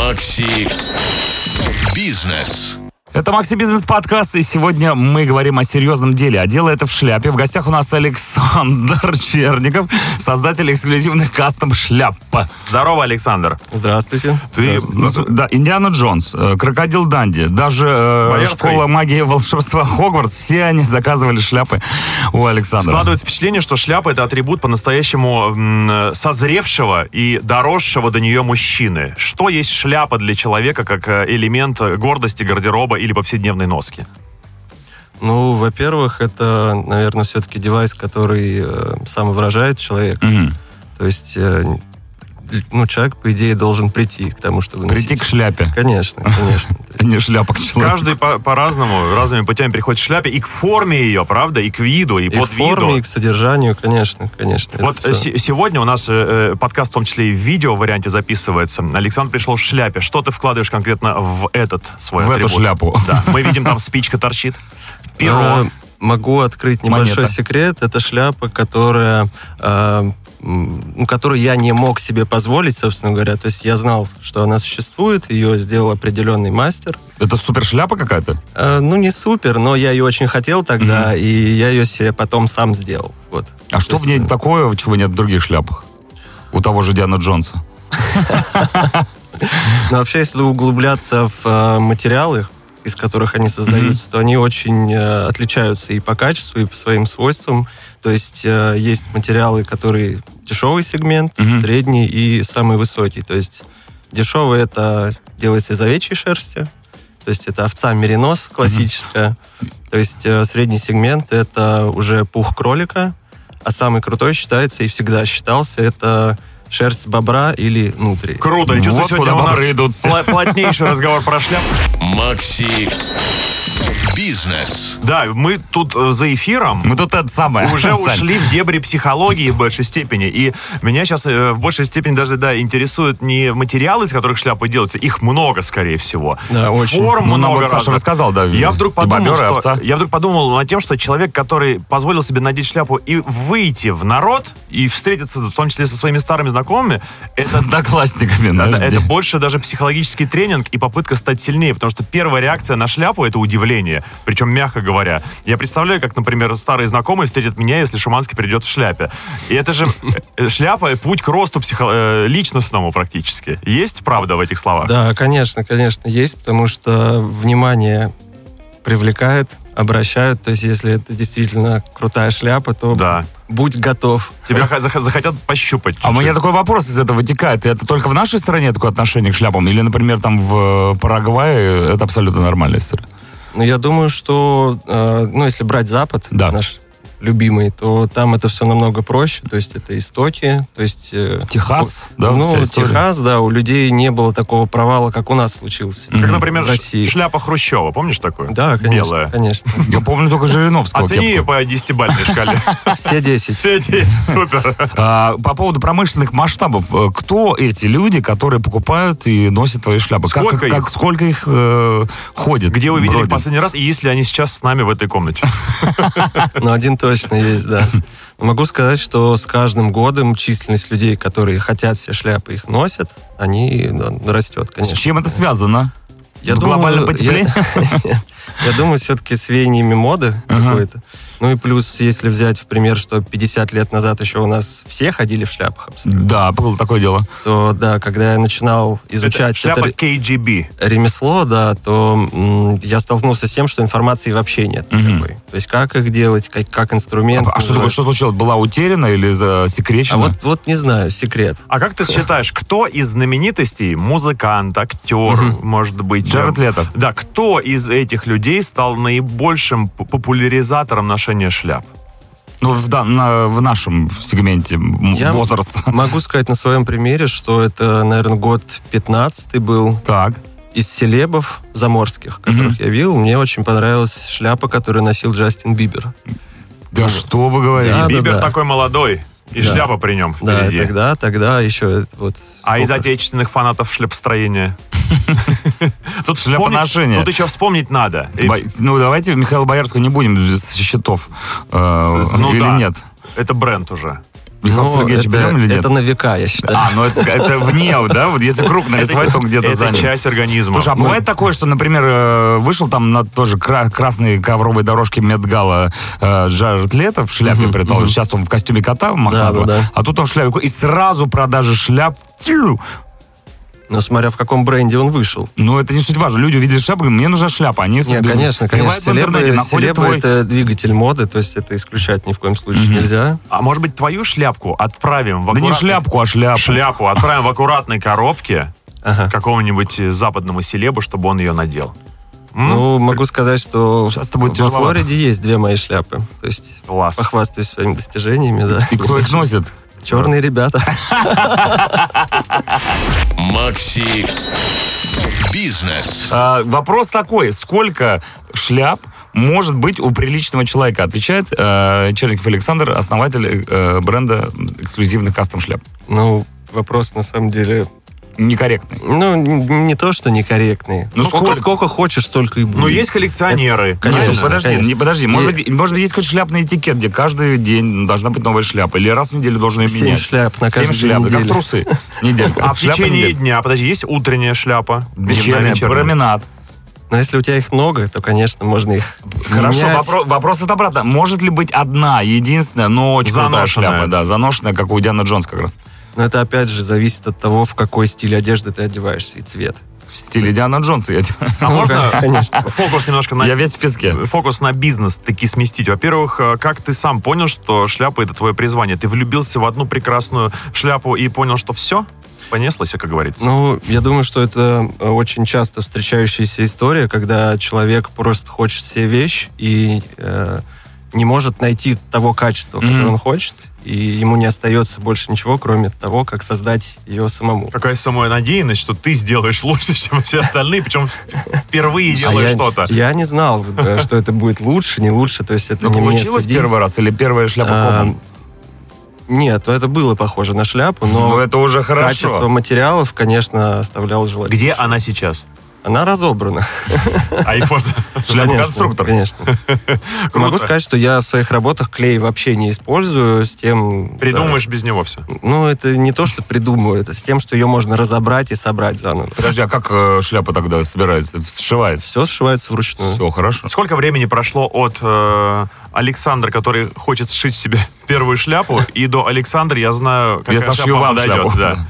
Макси Бизнес. Это Макси Бизнес подкаст, и сегодня мы говорим о серьезном деле. А дело это в шляпе. В гостях у нас Александр Черников, создатель эксклюзивных кастом «Шляпа». Здорово, Александр. Здравствуйте. Да, Индиана Джонс, Крокодил Данди, даже школа магии и волшебства Хогвартс, все они заказывали шляпы у Александра. Складывается впечатление, что шляпа — это атрибут по-настоящему созревшего и доросшего до нее мужчины. Что есть шляпа для человека как элемент гордости, гардероба или повседневной носки? Ну, во-первых, это, наверное, все-таки девайс, который самовыражает человека. Мгм. То есть, человек, по идее, должен прийти к тому, чтобы носить. Прийти к шляпе, Конечно. То есть, не шляпа к человеку. Каждый по-разному, разными путями приходит к шляпе и к форме ее, правда, и к виду, и и под к форме, виду. и к содержанию, конечно. Вот Это всё. сегодня у нас подкаст в том числе и в видео варианте записывается. Александр пришел в шляпе. Что ты вкладываешь конкретно в этот свой В атрибут? эту шляпу. Да. Мы видим, там спичка торчит. Перо. Могу открыть небольшой Монета. секрет. Это шляпа, которую я не мог себе позволить, собственно говоря. То есть я знал, что она существует, ее сделал определенный мастер. Это супер шляпа какая-то? Не супер, но я ее очень хотел тогда, и я ее себе потом сам сделал. Вот. А что То в ней есть, такое, чего нет в других шляпах? У того же Диана Джонса. вообще, если углубляться в материалы, из которых они создаются, то они очень отличаются и по качеству, и по своим свойствам. То есть есть материалы, которые дешевый сегмент, средний и самый высокий. То есть дешевый — это делается из овечьей шерсти, то есть это овца меринос классическая. То есть средний сегмент — это уже пух кролика, а самый крутой считается и всегда считался — это шерсть бобра или нутрии. Круто. Я чувствую, Вот сегодня куда у нас бобры идут. плотнейший разговор про шляпу. Макси Бизнес. Да, мы тут за эфиром Мы тут это самое. уже Сань. ушли в дебри психологии в большей степени. И меня сейчас в большей степени даже, интересуют не материалы, из которых шляпы делаются. Их много, скорее всего. Да, очень. Форм Нам много вот Саша разных. рассказал, да. Я вдруг и подумал, бобер, и овца. над тем, что человек, который позволил себе надеть шляпу и выйти в народ, и встретиться, в том числе со своими старыми знакомыми, С одноклассниками. это знаешь, больше даже психологический тренинг и попытка стать сильнее, потому что первая реакция на шляпу — это удивление, причем мягко говоря. Я представляю, как, например, старые знакомые встретят меня, если Шуманский придет в шляпе. И это же шляпа — путь к росту личностному практически. Есть правда в этих словах? Да, конечно, есть, потому что внимание привлекает, обращают. То есть, если это действительно крутая шляпа, то Да. будь готов. Тебя захотят пощупать. А у меня чуть-чуть. такой вопрос из этого вытекает. Это только в нашей стране такое отношение к шляпам? Или, например, там в Парагвае это абсолютно нормальная история? Но я думаю, что, если брать Запад, Да. наш любимый, то там это все намного проще. То есть, это истоки, то есть... Техас, да, вся история. Техас, да, у людей не было такого провала, как у нас случился. Как, например, в России. шляпа Хрущева. Помнишь такую? Да, конечно, Белая. конечно. Я помню только Жириновского Оцени ее кепку. по 10-бальной шкале. Все 10. Все эти супер. По поводу промышленных масштабов. Кто эти люди, которые покупают и носят твои шляпы? Сколько их? Сколько их ходит? Где вы видели их бродит? последний раз, и есть ли они сейчас с нами в этой комнате? Ну, один точно есть, да. Но могу сказать, что с каждым годом численность людей, которые хотят себе шляпы, их носят, они растет, С конечно. чем это связано? Я Глобальное потепление? Я думаю, все-таки с веяниями моды какой-то. Ну и плюс, если взять в пример, что 50 лет назад еще у нас все ходили в шляпах абсолютно, Да, было такое дело. то да, когда я начинал изучать Шляпа это KGB. ремесло, да, то я столкнулся с тем, что информации вообще нет никакой. То есть как их делать, как инструмент. А что такое, что случилось? Была утеряна или засекречена? вот не знаю, секрет. А как ты считаешь, кто из знаменитостей, музыкант, актер, может быть... Джаред Лето. Да, кто из этих людей стал наибольшим популяризатором ношения шляп? Ну, в нашем сегменте Я возраста. могу сказать на своем примере, что это, наверное, год 15-й был. Так. Из селебов заморских, которых я видел, мне очень понравилась шляпа, которую носил Джастин Бибер. Да что вы говорите? Да, Бибер такой молодой, и Да. шляпа при нем Да, впереди. тогда еще вот... А из сколько? отечественных фанатов шляпостроения? Тут Шляпоношение. Тут еще вспомнить надо. Ну, давайте Михаила Боярского не будем без счетов. Ну Или да. нет? Это бренд уже. Михаил Сергеевич берем или нет? Это на века, я считаю. Ну это вне, да? Вот если круг нарисовать, то где-то Это занят. часть организма. Слушай, а бывает такое, что, например, вышел там на тоже красной ковровой дорожке Met-Gala Джаред Лето в шляпе, предположим. Сейчас он в костюме кота мохнатого, Да. а тут он в шляпе. И сразу продажи шляп. Но смотря в каком бренде он вышел. Ну, это не суть важно. Люди увидели шляпу, говорят, мне нужна шляпа. Они Нет, конечно. вбивают в интернете, находят Селеба твой... это двигатель моды, то есть это исключать ни в коем случае нельзя. А может быть, твою шляпку отправим в Да не шляпку, а шляпу. Шляпу отправим в аккуратной коробке Ага. какому-нибудь западному селебу, чтобы он ее надел. Ну, могу сказать, что Сейчас это будет во тяжеловато. Флориде есть 2 мои шляпы. То есть Класс. похвастаюсь своими достижениями, да. И кто их носит? Черные ребята. Макси Бизнес. Вопрос такой. Сколько шляп может быть у приличного человека? Отвечает Черников Александр, основатель бренда эксклюзивных кастом-шляп. Ну, вопрос на самом деле... Некорректный. Ну, не то, что некорректный. Ну, Сколько хочешь, столько и будет. Ну, есть коллекционеры. Конечно. Нет, подожди, конечно. подожди. Может быть, есть какой-то шляпный этикет, где каждый день должна быть новая шляпа. Или раз в неделю должен ее 7 менять. шляп на 7 каждую шляп, как неделю. трусы. Неделька. А в Шляпа течение неделька. дня, подожди, есть утренняя шляпа? Вечерняя, вечерняя? променад. Но если у тебя их много, то, конечно, можно их Хорошо, менять. вопрос это обратно. Может ли быть одна, единственная, но очень крутая Заношенная. шляпа? Да, заношенная, как у Дианы Джонс как раз. Но это, опять же, зависит от того, в какой стиль одежды ты одеваешься и цвет. В стиле Дианы Джонс. А можно Конечно. фокус немножко на... Я весь в песке. Фокус на бизнес таки сместить. Во-первых, как ты сам понял, что шляпа — это твое призвание? Ты влюбился в одну прекрасную шляпу и понял, что все? Понеслось, как говорится. Ну, я думаю, что это очень часто встречающаяся история, когда человек просто хочет себе вещь и не может найти того качества, которое он хочет, и ему не остается больше ничего, кроме того, как создать ее самому. Какая самонадеянность, что ты сделаешь лучше, чем все остальные, причем впервые делаешь что-то. Я не знал, что это будет лучше, не лучше, то есть это Ну, не мне получилось судить. первый раз или первая шляпа копом? Нет, это было похоже на шляпу, Ну, но это уже хорошо. качество материалов, конечно, оставляло желать. Где она сейчас? Она разобрана. А их можно... Шляпа-конструктор. Конечно. Могу сказать, что я в своих работах клей вообще не использую, с тем... Придумаешь без него все. Ну, это не то, что придумываю, это с тем, что ее можно разобрать и собрать заново. Подожди, а как шляпа тогда собирается? Сшивается? Все сшивается вручную. Все, хорошо. Сколько времени прошло от Александра, который хочет сшить себе первую шляпу, и до Александра, я знаю, какая Я сошью шляпа вам подойдет. шляпу. Да.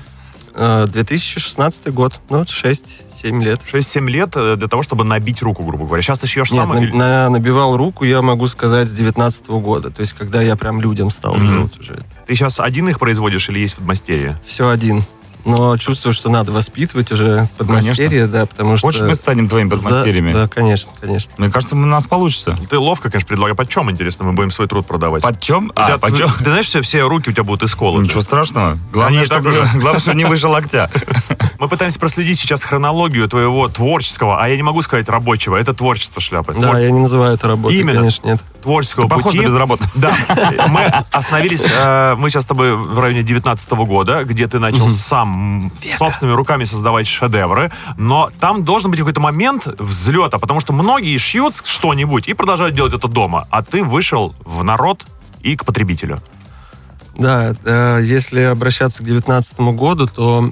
2016 год, ну, 6-7 лет. 6-7 лет для того, чтобы набить руку, грубо говоря. Сейчас ты шьешь Нет, сам? или- набивал руку, я могу сказать, с 19 года. То есть, когда я прям людям стал делать уже. Ты сейчас один их производишь или есть подмастерье? Все один. Но чувствую, что надо воспитывать уже подмастерье, да, потому что... Хочешь, мы станем твоими подмастерьями? Да, конечно, конечно. Мне кажется, у нас получится. Ты ловко, конечно, предлагаешь. Почем, интересно, мы будем свой труд продавать? Почем? У тебя- Почем? Ты знаешь, все руки у тебя будут исколоты. Ничего страшного. Главное, Они и так чтобы уже. главное, чтобы не выше локтя. Мы пытаемся проследить сейчас хронологию твоего творческого, а я не могу сказать рабочего, это творчество шляпы. Да, я не называю это работой, Именно. конечно, нет. Творческого Похож пути. на безработного. Да, мы остановились, мы сейчас с тобой в районе 19-го года, где ты начал сам собственными руками создавать шедевры, но там должен быть какой-то момент взлета, потому что многие шьют что-нибудь и продолжают делать это дома, а ты вышел в народ и к потребителю. Да, если обращаться к 2019 году, то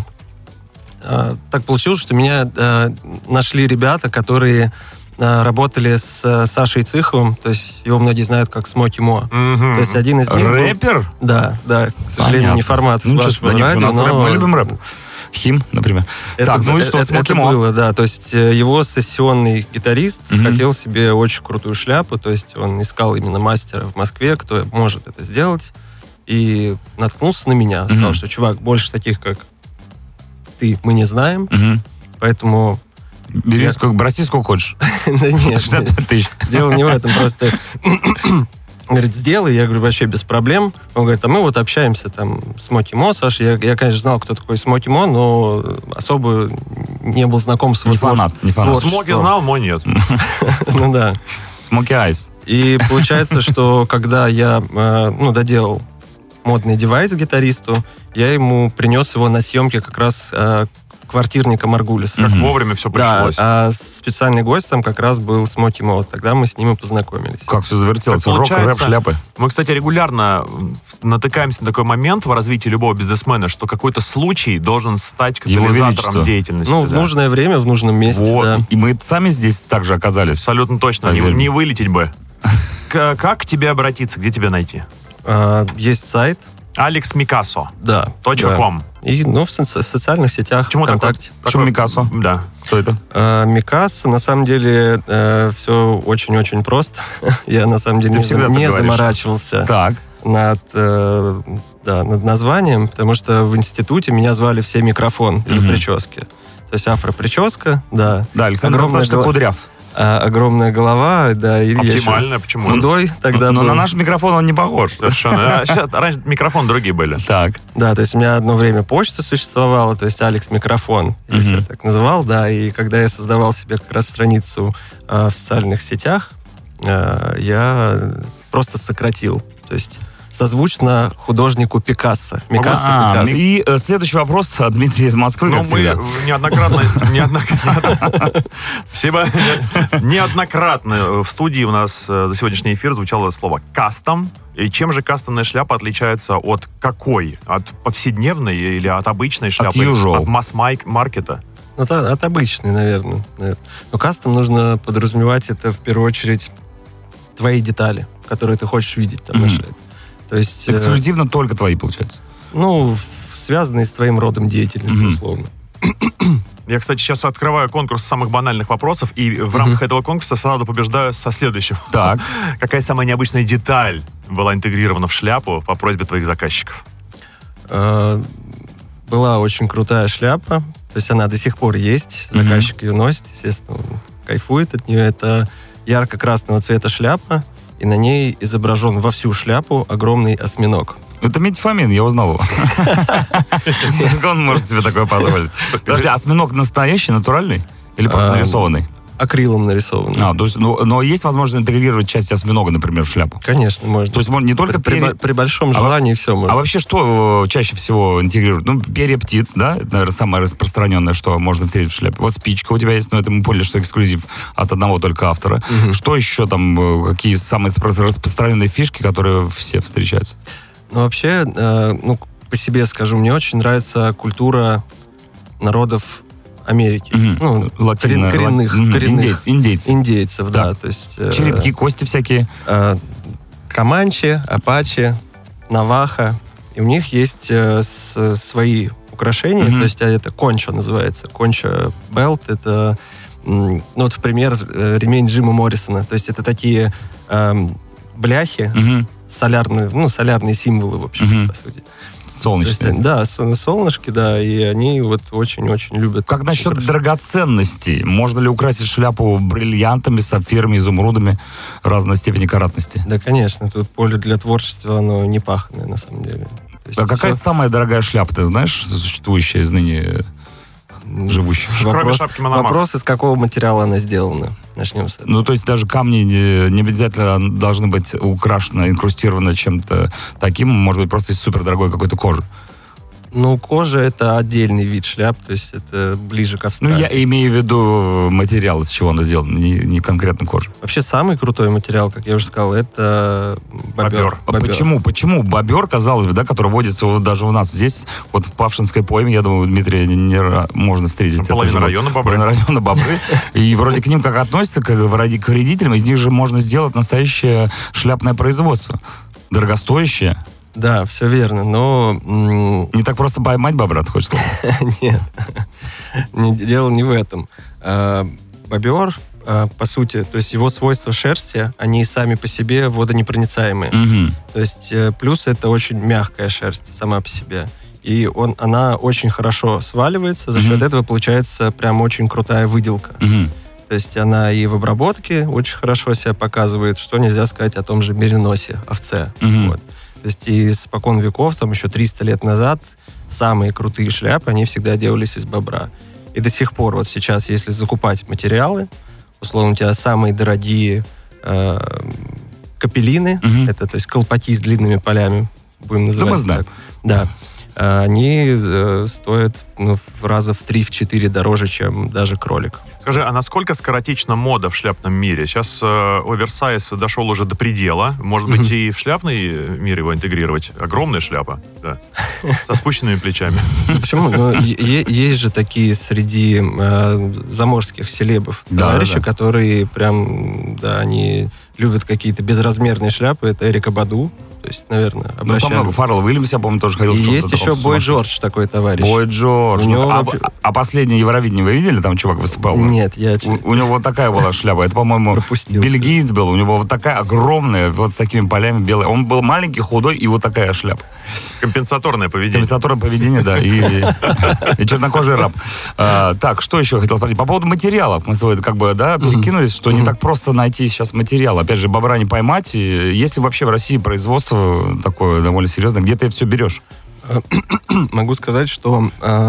так получилось, что меня нашли ребята, которые работали с Сашей Цыховым, то есть его многие знают как Смоки Мо. То есть один из них был- Рэпер? Да, к сожалению, Понятно. не формат Ну, ничего, вашего да нет, у радио, нас рэп, но мы любим рэп. Хим, например. Так, ну и что, это Смоки Мо? было, да, то есть его сессионный гитарист хотел себе очень крутую шляпу, то есть он искал именно мастера в Москве, кто может это сделать, и наткнулся на меня, сказал, что, чувак, больше таких, как ты, мы не знаем, Мгм. поэтому... Бери сколько, броси сколько хочешь. Да нет, 65 тысяч. дело не в этом, просто... Говорит, сделай, я говорю, вообще без проблем. Он говорит, а мы вот общаемся там с Моки Мо, Саша, я, конечно, знал, кто такой Смоки Мо, но особо не был знаком с его Не фанат, не фанат. творчеством. Смоки знал, Мо нет. Ну да. Смоки Айс. И получается, что когда я доделал модный девайс гитаристу, я ему принес его на съемки как раз к квартирника Маргулиса. Как вовремя все Да, пришлось. а специальный гость там как раз был Смоки Мо. Тогда мы с ним и познакомились. Как все завертелось? Так Рок, рэп, получается, шляпы. Мы, кстати, регулярно натыкаемся на такой момент в развитии любого бизнесмена, что какой-то случай должен стать Его величество. катализатором деятельности. Ну, в да. нужное время, в нужном месте, Вот. да. И мы сами здесь также оказались. Абсолютно точно. Поверь. Не вылететь бы. Как к тебе обратиться? Где тебя найти? Есть сайт, Алекс Микасо. да. .com. И, в социальных сетях, Почему ВКонтакте. Почему Микасо? Да. Что это? Микасо, на самом деле, все очень-очень просто. Я, на самом деле, Ты всегда так не говоришь. заморачивался Так. над названием, потому что в институте меня звали все микрофон из-за прически. То есть афро-прическа, да. Да, Александр Огромная Анатольевич, ты кудряв. огромная голова, да. И я еще Оптимально, почему? худой тогда Но был. на наш микрофон он не похож. Совершенно. Раньше микрофон другие были. Так. Да, то есть у меня одно время почта существовала, то есть Алекс Микрофон, я себя так называл, да, и когда я создавал себе как раз страницу в социальных сетях, я просто сократил, то есть созвучно художнику Пикассо. Микассо, Пикассо. И следующий вопрос от Дмитрия из Москвы. Ну, как мы всегда. неоднократно в студии у нас за сегодняшний эфир звучало слово «кастом». И чем же кастомная шляпа отличается от какой? От повседневной или от обычной шляпы? usual. От масс-маркета? Ну, от обычной, наверное. Но кастом нужно подразумевать это в первую очередь твои детали, которые ты хочешь видеть там на шляпе. То есть, Эксклюзивно только твои, получается. связанные с твоим родом деятельности, условно. Я, кстати, сейчас открываю конкурс самых банальных вопросов, и в рамках этого конкурса сразу побеждаю со следующим. Так. Какая самая необычная деталь была интегрирована в шляпу по просьбе твоих заказчиков? Была очень крутая шляпа, то есть она до сих пор есть, заказчик ее носит, естественно, он кайфует от нее. Это ярко-красного цвета шляпа, и на ней изображен во всю шляпу огромный осьминог. Это Митя Фомин, я узнал его. Как он может себе такое позволить? Подожди, осьминог настоящий, натуральный? Или просто нарисованный? Акрилом нарисованный. То есть, но есть возможность интегрировать часть осьминога, например, в шляпу? Конечно, можно. То есть не только При большом желании все можно. А вообще что чаще всего интегрируют? Перья птиц, да? Это, наверное, самое распространенное, что можно встретить в шляпе. Вот спичка у тебя есть, но это мы поняли, что эксклюзив от одного только автора. Что еще там, какие самые распространенные фишки, которые все встречаются? Вообще, по себе скажу, мне очень нравится культура народов Америки. Коренных. Индейцев, да. То есть, черепки, кости всякие. Команчи, апачи, наваха. И у них есть свои украшения. То есть это конча называется. Конча белт. Это, в пример, ремень Джима Моррисона. То есть это такие бляхи, солярные символы, в общем, по сути. Солнечные. Да, солнышки, да, и они очень-очень любят. Как насчет драгоценностей? Можно ли украсить шляпу бриллиантами, сапфирами, изумрудами разной степени каратности? Да, конечно. Тут поле для творчества, оно не паханное, на самом деле. А какая самая дорогая шляпа, ты знаешь, существующая из ныне живущих? Вопрос, из какого материала она сделана. Начнем с этого. То есть даже камни не обязательно должны быть украшены, инкрустированы чем-то таким, может быть, просто из супердорогой какой-то кожи. Кожа — это отдельный вид шляп, то есть это ближе к Австралии. Я имею в виду материал, из чего она сделана, не конкретно кожа. Вообще самый крутой материал, как я уже сказал, это бобер. Почему бобер, казалось бы, да, который водится даже у нас здесь, вот в Павшинской пойме, я думаю, Дмитрия можно встретить. Половина района бобры. И вроде к ним как относятся, как к вредителям, из них же можно сделать настоящее шляпное производство. Дорогостоящее. Да, все верно, но... Не так просто поймать бобра, ты хочешь сказать? Нет, дело не в этом. Бобер, по сути, то есть его свойства шерсти, они сами по себе водонепроницаемые. То есть плюс это очень мягкая шерсть сама по себе. И она очень хорошо сваливается, за счет этого получается прям очень крутая выделка. То есть она и в обработке очень хорошо себя показывает, что нельзя сказать о том же мериносе, овце. Вот. То есть и испокон веков, там еще 300 лет назад, самые крутые шляпы, они всегда делались из бобра. И до сих пор вот сейчас, если закупать материалы, условно, у тебя самые дорогие капеллины, это, то есть колпаки с длинными полями, будем называть. Да, мы знаем. Да. они стоят в раза в 3-4 дороже, чем даже кролик. Скажи, а насколько скоротечна мода в шляпном мире? Сейчас оверсайз дошел уже до предела. Может быть, и в шляпный мир его интегрировать? Огромная шляпа, да, со спущенными плечами. Почему? Есть же такие среди заморских селебов товарищи, которые прям, они любят какие-то безразмерные шляпы. Это Эрика Баду. То есть, наверное, обращали. Много. Фаррелл Уильямс, я помню, тоже ходил. И есть еще Бой Джордж, такой товарищ. Бой Джордж. А последнее Евровидение вы видели? Там чувак выступал? Нет, У него вот такая была шляпа. Это, по-моему, бельгиец был. У него вот такая огромная, вот с такими полями белая. Он был маленький, худой, и вот такая шляпа. Компенсаторное поведение. Компенсаторное поведение, да. И чернокожий раб. Так, что еще хотел спросить? По поводу материалов. Мы с тобой перекинулись, что не так просто найти сейчас материал. Опять же, бобра не поймать. Есть ли вообще в России производство такое довольно серьезное? Где ты все берешь? Могу сказать, что,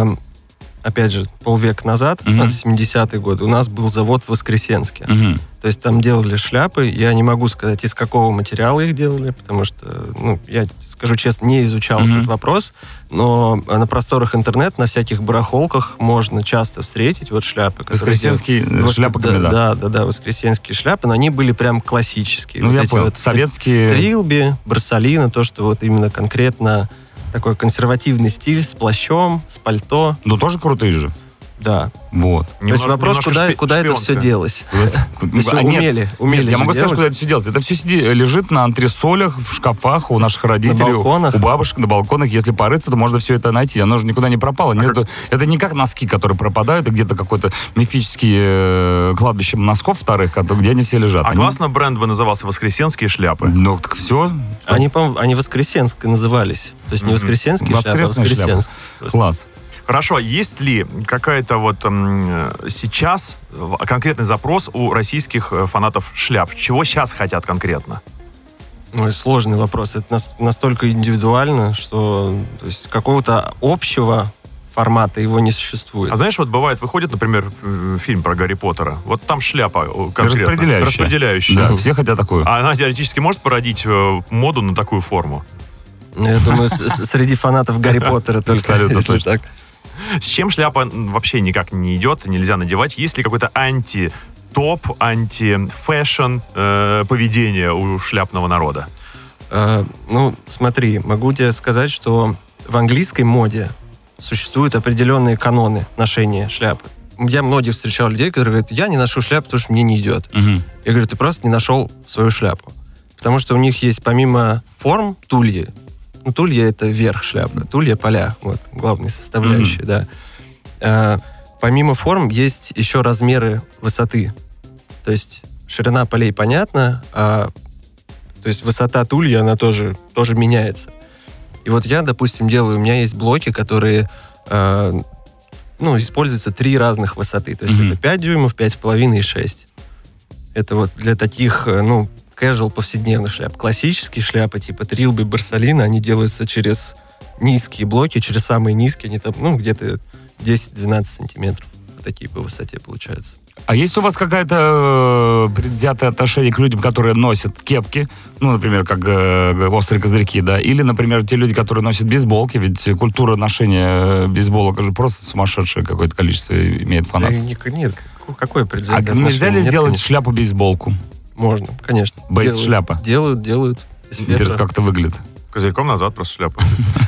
опять же, полвека назад, 70-е годы, у нас был завод в Воскресенске. То есть там делали шляпы. Я не могу сказать, из какого материала их делали, потому что, я скажу честно, не изучал этот вопрос, но на просторах интернета, на всяких барахолках можно часто встретить вот шляпы. Воскресенские шляпы коменданта. Да, воскресенские шляпы, но они были прям классические. Я понял. Советские... Трилби, Барсалина, то, что вот именно конкретно такой консервативный стиль с плащом, с пальто. Но тоже крутые же. Да. Вот. То есть вопрос, куда это все делось? Умели я могу сказать, делать. куда это все делать. Это все лежит на антресолях, в шкафах у наших родителей, на балконах. У бабушек, на балконах. Если порыться, то можно все это найти. Оно же никуда не пропало. Это не как носки, которые пропадают, и где-то какое-то мифическое кладбище носков вторых, где они все лежат. Классно бренд бы назывался «Воскресенские шляпы». Ну, так все. Они Воскресенской назывались. То есть не Воскресенские шляпы, а Воскресенск. Класс. Хорошо, есть ли какая-то сейчас конкретный запрос у российских фанатов шляп? Чего сейчас хотят конкретно? Сложный вопрос. Это настолько индивидуально, что то есть какого-то общего формата его не существует. А знаешь, бывает, выходит, например, фильм про Гарри Поттера. Вот там шляпа конкретно. Распределяющая. Да, все хотят такую. А она теоретически может породить моду на такую форму? Я думаю, среди фанатов Гарри Поттера только если так. С чем шляпа вообще никак не идет, нельзя надевать? Есть ли какой-то анти-топ, анти-фэшн поведение у шляпного народа? Смотри, могу тебе сказать, что в английской моде существуют определенные каноны ношения шляпы. Я многих встречал людей, которые говорят, я не ношу шляпу, потому что мне не идет. Я говорю, ты просто не нашел свою шляпу. Потому что у них есть помимо форм тульи. Тулья — это верх шляпы. Тулья — поля. Вот, главные составляющие, да. Помимо форм есть еще размеры высоты. То есть ширина полей понятна, то есть высота тульи, она тоже меняется. И вот я, допустим, делаю, у меня есть блоки, которые используются 3 разных высоты. То есть это 5 дюймов, 5,5 и 6. Это вот для таких, casual повседневных шляп. Классические шляпы типа Трилби, Барсалина, они делаются через низкие блоки, через самые низкие, они там, где-то 10-12 сантиметров. Такие по высоте получаются. А есть у вас какое-то предвзятое отношение к людям, которые носят кепки, например, как острые козырьки, да, или, например, те люди, которые носят бейсболки, ведь культура ношения бейсболок же просто сумасшедшее какое-то количество имеет фанатов. Нет, какое предвзятое отношение? Нельзя ли сделать шляпу-бейсболку? Можно, конечно. Бейс-шляпа? Делают. Интересно, как это выглядит. Козырьком назад просто шляпа.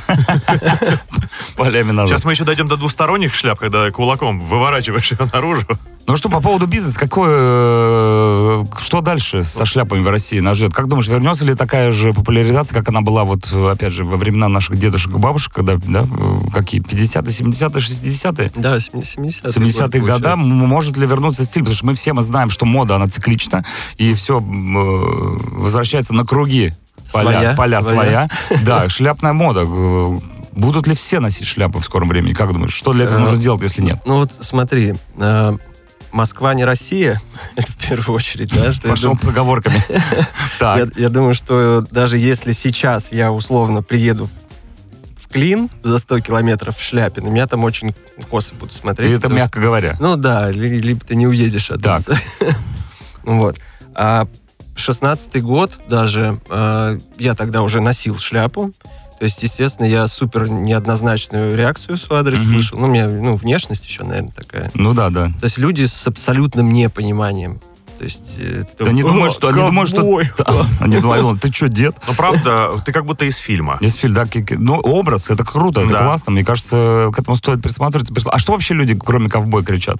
Полями назад. Сейчас мы еще дойдем до двусторонних шляп, когда кулаком выворачиваешь ее наружу. Что по поводу бизнеса, что дальше со шляпами в России нас ждет? Как думаешь, вернется ли такая же популяризация, как она была, опять же, во времена наших дедушек и бабушек, когда, какие, 50-е, 70-е, 60-е? Да, 70-е. 70-е года. Может ли вернуться стиль? Потому что мы все знаем, что мода, она циклична, и все возвращается на круги. Поля своя. Да, шляпная мода. Будут ли все носить шляпы в скором времени? Как думаешь, что для этого нужно сделать, если нет? Смотри, Москва не Россия, это в первую очередь, да? Пошел поговорками. Я думаю, что даже если сейчас я условно приеду в Клин за 100 километров в шляпе, на меня там очень косо будут смотреть. И это мягко говоря. Либо ты не уедешь оттуда. Вот. 16-й год даже, я тогда уже носил шляпу. То То есть, естественно, я супер неоднозначную реакцию в свой адрес слышал. Ну, у меня, внешность еще, наверное, такая. Ну да. То есть люди с абсолютным непониманием. То есть... Ты не думаешь, что... Они думают, ты что, дед? Ну, правда, ты как будто из фильма. Из фильма, да. Ну, образ, это круто, это классно. Мне кажется, к этому стоит присматриваться. А что вообще люди, кроме ковбой, кричат?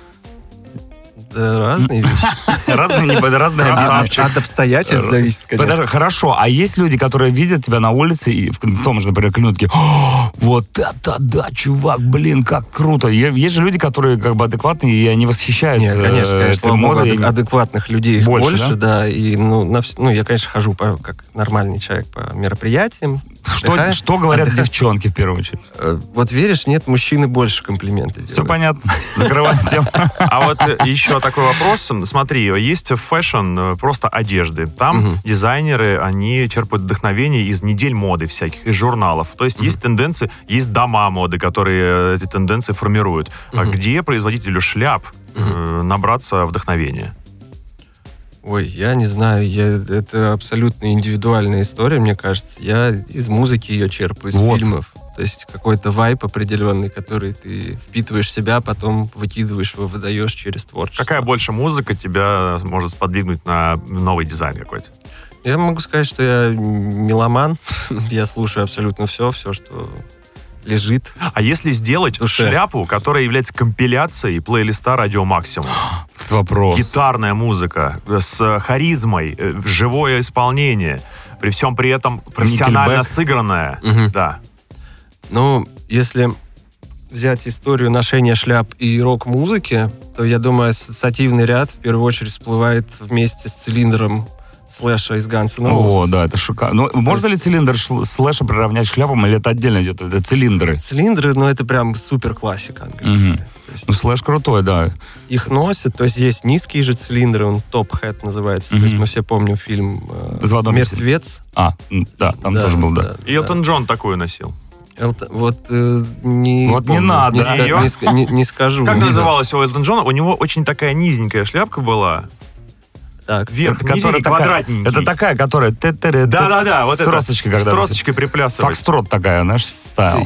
Разные вещи. Разные. От обстоятельств зависит, конечно. Хорошо, а есть люди, которые видят тебя на улице и в том же, например, клянут такие: вот это да, чувак, блин, как круто. Есть же люди, которые как бы адекватные, и они восхищаются. Нет, конечно, слава богу, адекватных людей больше, да. И, я, конечно, хожу как нормальный человек по мероприятиям. Что говорят девчонки в первую очередь? Вот веришь, нет, мужчины больше комплименты делают. Все понятно. Закрываем тему. А вот еще такой вопрос. Смотри, есть фэшн просто одежды. Там дизайнеры, они черпают вдохновение из недель моды всяких, из журналов. То есть есть тенденции, есть дома моды, которые эти тенденции формируют. А где производителю шляп набраться вдохновения? Ой, я не знаю, это абсолютно индивидуальная история, мне кажется. Я из музыки ее черпаю, из фильмов. То есть какой-то вайб определенный, который ты впитываешь в себя, потом выкидываешь его, выдаешь через творчество. Какая больше музыка тебя может сподвигнуть на новый дизайн какой-то? Я могу сказать, что я меломан. Я слушаю абсолютно все, что лежит. А если сделать шляпу, которая является компиляцией плейлиста «Радио Максимум»? Вопрос. Гитарная музыка с харизмой, живое исполнение, при всем при этом профессионально сыгранное. Да. Ну, если взять историю ношения шляп и рок-музыки, то, я думаю, ассоциативный ряд в первую очередь всплывает вместе с цилиндром Слэша из Guns N' Roses. О, да, это шикарно. Ну, можно ли цилиндр Слэша приравнять к шляпам, или это отдельно идет? Это цилиндры? Цилиндры, это прям супер классика английская. Ну, Слэш крутой, да. Их носят, то есть есть низкие же цилиндры, он топ-хэт называется. То есть мы все помним фильм «Мертвец». Да, там тоже был, да. И Элтон Джон такую носил. Не надо. Не скажу. Как называлась у Элтона Джона? У него очень такая низенькая шляпка была. Так. Вверх, низенький, квадратненький. Это такая, которая... Да, вот с тросточкой, с тросточкой приплясывает. Фокстрот такая, знаешь, стайл.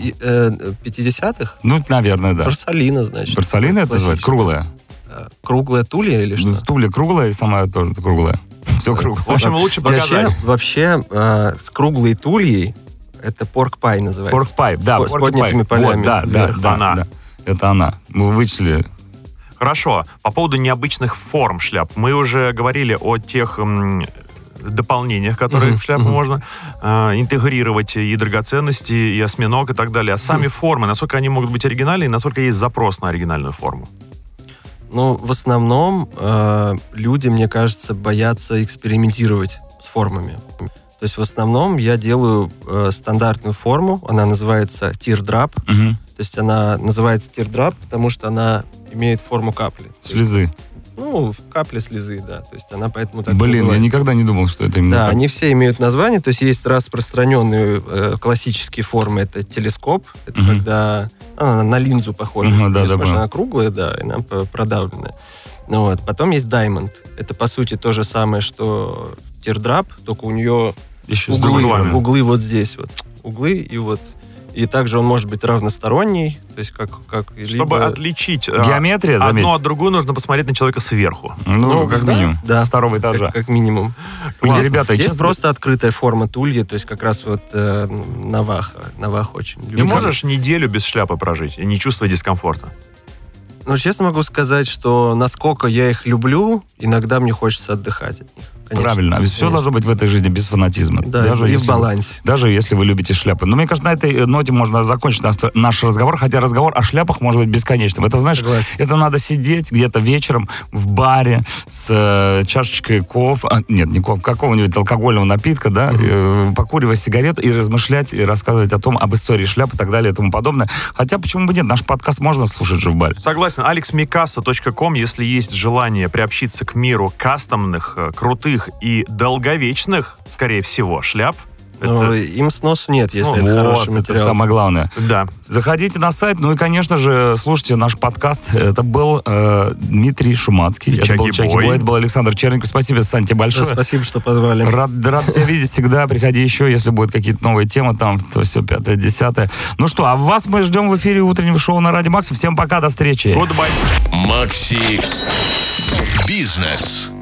50-х? Ну, наверное, да. Барсалина, значит. Барсалина это называется? Круглая? Круглая тулья или что? Тулья круглая и сама тоже круглая. Все круглое. В общем, лучше показать. Вообще, с круглой тульей это порк-пай называется. Порк-пай, да. С поднятыми полями. Да. Это она. Мы вычислили. Хорошо. По поводу необычных форм шляп. Мы уже говорили о тех дополнениях, которые в шляпу можно интегрировать, и драгоценности, и осьминог, и так далее. А сами формы, насколько они могут быть оригинальны, и насколько есть запрос на оригинальную форму? Ну, в основном люди, мне кажется, боятся экспериментировать с формами. То есть в основном я делаю стандартную форму, она называется teardrop. То есть она называется teardrop, потому что она имеет форму капли. Слезы. Капли слезы, да. То есть она поэтому так называется. Я никогда не думал, что это именно так. Да, они все имеют название. То есть есть распространенные классические формы. Это телескоп. Это когда она на линзу похожа. Она круглая, да, и она продавленная. Потом есть diamond. Это, по сути, то же самое, что teardrop, только у нее углы вот здесь вот. Углы и вот. И также он может быть разносторонний, то есть как чтобы отличить геометрия, одно от другого, нужно посмотреть на человека сверху. Как минимум. Да. Со второго этажа. Как минимум. Ребята, есть просто открытая форма тульи, то есть как раз вот Навах очень любит. Ты можешь неделю без шляпы прожить и не чувствовать дискомфорта? Честно могу сказать, что насколько я их люблю, иногда мне хочется отдыхать от них. Конечно, правильно. Ведь все должно быть в этой жизни без фанатизма. Да, даже и в балансе. Даже если вы любите шляпы. Но мне кажется, на этой ноте можно закончить наш разговор, хотя разговор о шляпах может быть бесконечным. Это, знаешь, это надо сидеть где-то вечером в баре с чашечкой кофе, какого-нибудь алкогольного напитка, да, покуривая сигарету и размышлять, и рассказывать о том, об истории шляп и так далее и тому подобное. Хотя, почему бы нет? Наш подкаст можно слушать же в баре. Согласен. alexmikasa.com, если есть желание приобщиться к миру кастомных, крутых и долговечных, скорее всего, шляп, Но им сносу нет, если это Вот, хороший это материал. самое главное. Да. Заходите на сайт, ну и, конечно же, слушайте наш подкаст. Это был Дмитрий Шуманский. Это был Чаки Чаки Бой. Бой. Это был Александр Черников. Спасибо, Сань, тебе большое. Спасибо, что позвали. Рад тебя видеть всегда. Приходи еще, если будут какие-то новые темы, там, то все, 5-е, 10-е. Ну что, а вас мы ждем в эфире утреннего шоу на Радио Макс. Всем пока, до встречи. Goodbye. Макси Бизнес.